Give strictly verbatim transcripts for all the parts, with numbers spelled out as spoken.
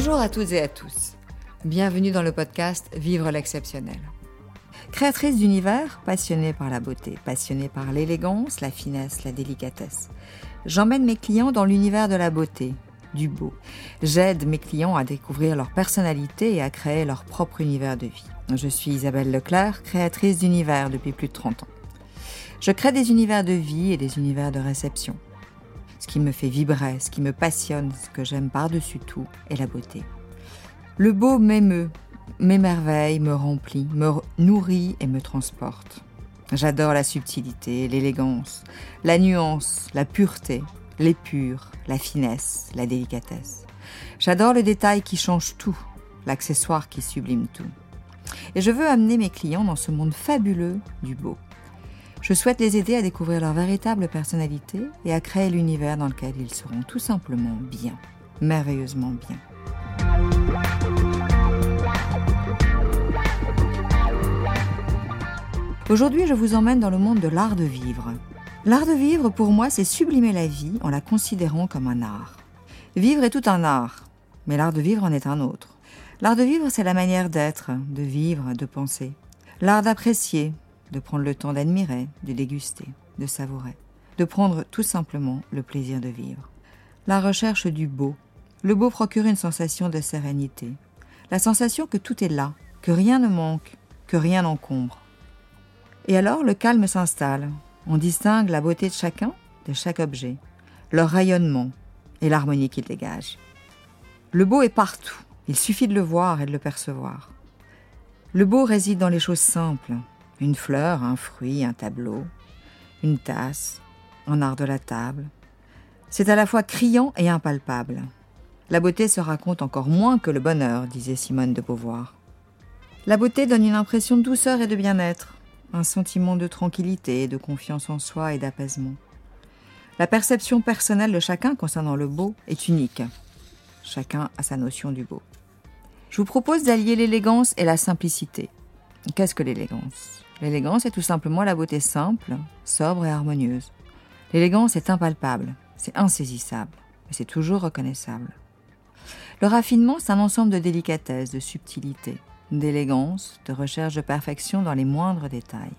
Bonjour à toutes et à tous. Bienvenue dans le podcast Vivre l'exceptionnel. Créatrice d'univers, passionnée par la beauté, passionnée par l'élégance, la finesse, la délicatesse. J'emmène mes clients dans l'univers de la beauté, du beau. J'aide mes clients à découvrir leur personnalité et à créer leur propre univers de vie. Je suis Isabelle Leclerc, créatrice d'univers depuis plus de trente ans. Je crée des univers de vie et des univers de réception. Ce qui me fait vibrer, ce qui me passionne, ce que j'aime par-dessus tout est la beauté. Le beau m'émeut, m'émerveille, me remplit, me nourrit et me transporte. J'adore la subtilité, l'élégance, la nuance, la pureté, l'épure, la finesse, la délicatesse. J'adore le détail qui change tout, l'accessoire qui sublime tout. Et je veux amener mes clients dans ce monde fabuleux du beau. Je souhaite les aider à découvrir leur véritable personnalité et à créer l'univers dans lequel ils seront tout simplement bien, merveilleusement bien. Aujourd'hui, je vous emmène dans le monde de l'art de vivre. L'art de vivre, pour moi, c'est sublimer la vie en la considérant comme un art. Vivre est tout un art, mais l'art de vivre en est un autre. L'art de vivre, c'est la manière d'être, de vivre, de penser. L'art d'apprécier, de prendre le temps d'admirer, de déguster, de savourer, de prendre tout simplement le plaisir de vivre. La recherche du beau. Le beau procure une sensation de sérénité. La sensation que tout est là, que rien ne manque, que rien n'encombre. Et alors, le calme s'installe. On distingue la beauté de chacun, de chaque objet, leur rayonnement et l'harmonie qu'il dégage. Le beau est partout. Il suffit de le voir et de le percevoir. Le beau réside dans les choses simples. Une fleur, un fruit, un tableau, une tasse, un art de la table. C'est à la fois criant et impalpable. La beauté se raconte encore moins que le bonheur, disait Simone de Beauvoir. La beauté donne une impression de douceur et de bien-être, un sentiment de tranquillité, de confiance en soi et d'apaisement. La perception personnelle de chacun concernant le beau est unique. Chacun a sa notion du beau. Je vous propose d'allier l'élégance et la simplicité. Qu'est-ce que l'élégance ? L'élégance est tout simplement la beauté simple, sobre et harmonieuse. L'élégance est impalpable, c'est insaisissable, mais c'est toujours reconnaissable. Le raffinement, c'est un ensemble de délicatesse, de subtilité, d'élégance, de recherche de perfection dans les moindres détails.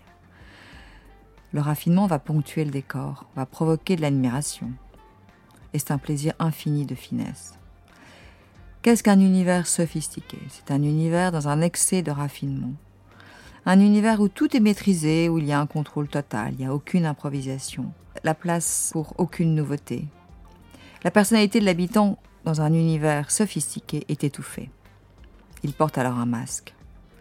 Le raffinement va ponctuer le décor, va provoquer de l'admiration. Et c'est un plaisir infini de finesse. Qu'est-ce qu'un univers sophistiqué ? C'est un univers dans un excès de raffinement. Un univers où tout est maîtrisé, où il y a un contrôle total, il n'y a aucune improvisation, la place pour aucune nouveauté. La personnalité de l'habitant dans un univers sophistiqué est étouffée. Il porte alors un masque.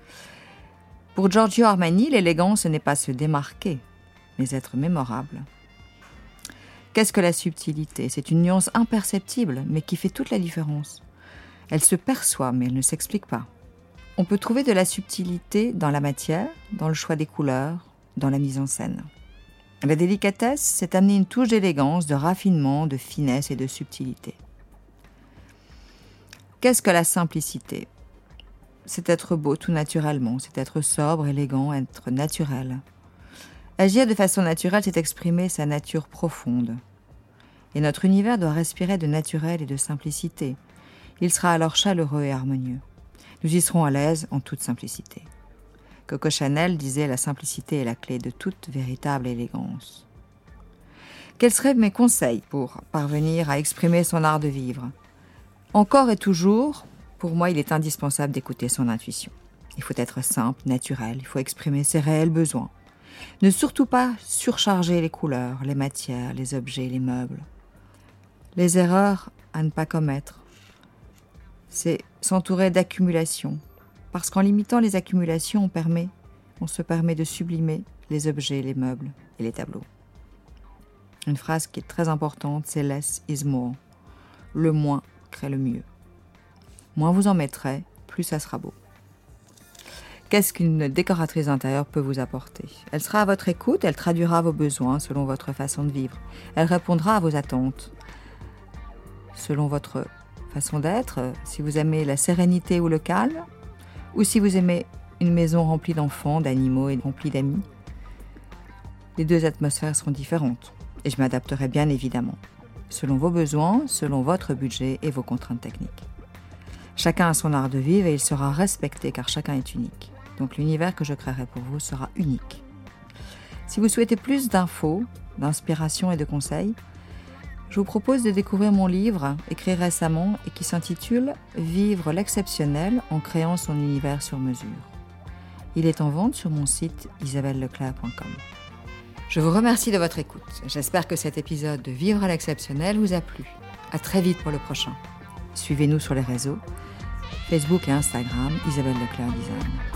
Pour Giorgio Armani, l'élégance, ce n'est pas se démarquer, mais être mémorable. Qu'est-ce que la subtilité ? C'est une nuance imperceptible, mais qui fait toute la différence. Elle se perçoit, mais elle ne s'explique pas. On peut trouver de la subtilité dans la matière, dans le choix des couleurs, dans la mise en scène. La délicatesse, c'est amener une touche d'élégance, de raffinement, de finesse et de subtilité. Qu'est-ce que la simplicité ? C'est être beau tout naturellement, c'est être sobre, élégant, être naturel. Agir de façon naturelle, c'est exprimer sa nature profonde. Et notre univers doit respirer de naturel et de simplicité. Il sera alors chaleureux et harmonieux. Nous y serons à l'aise en toute simplicité. Coco Chanel disait « La simplicité est la clé de toute véritable élégance ». Quels seraient mes conseils pour parvenir à exprimer son art de vivre ? Encore et toujours, pour moi, il est indispensable d'écouter son intuition. Il faut être simple, naturel, il faut exprimer ses réels besoins. Ne surtout pas surcharger les couleurs, les matières, les objets, les meubles. Les erreurs à ne pas commettre, c'est s'entourer d'accumulations. Parce qu'en limitant les accumulations, on, permet, on se permet de sublimer les objets, les meubles et les tableaux. Une phrase qui est très importante, c'est « less is more ». Le moins crée le mieux. Moins vous en mettrez, plus ça sera beau. Qu'est-ce qu'une décoratrice d'intérieur peut vous apporter ? Elle sera à votre écoute, elle traduira vos besoins selon votre façon de vivre. Elle répondra à vos attentes selon votre façon d'être, si vous aimez la sérénité ou le calme, ou si vous aimez une maison remplie d'enfants, d'animaux et remplie d'amis. Les deux atmosphères seront différentes et je m'adapterai bien évidemment, selon vos besoins, selon votre budget et vos contraintes techniques. Chacun a son art de vivre et il sera respecté car chacun est unique. Donc l'univers que je créerai pour vous sera unique. Si vous souhaitez plus d'infos, d'inspiration et de conseils, je vous propose de découvrir mon livre, écrit récemment et qui s'intitule « Vivre l'exceptionnel en créant son univers sur mesure ». Il est en vente sur mon site isabelle leclerc point com. Je vous remercie de votre écoute. J'espère que cet épisode de Vivre à l'exceptionnel vous a plu. À très vite pour le prochain. Suivez-nous sur les réseaux, Facebook et Instagram, Isabelle Leclerc Design.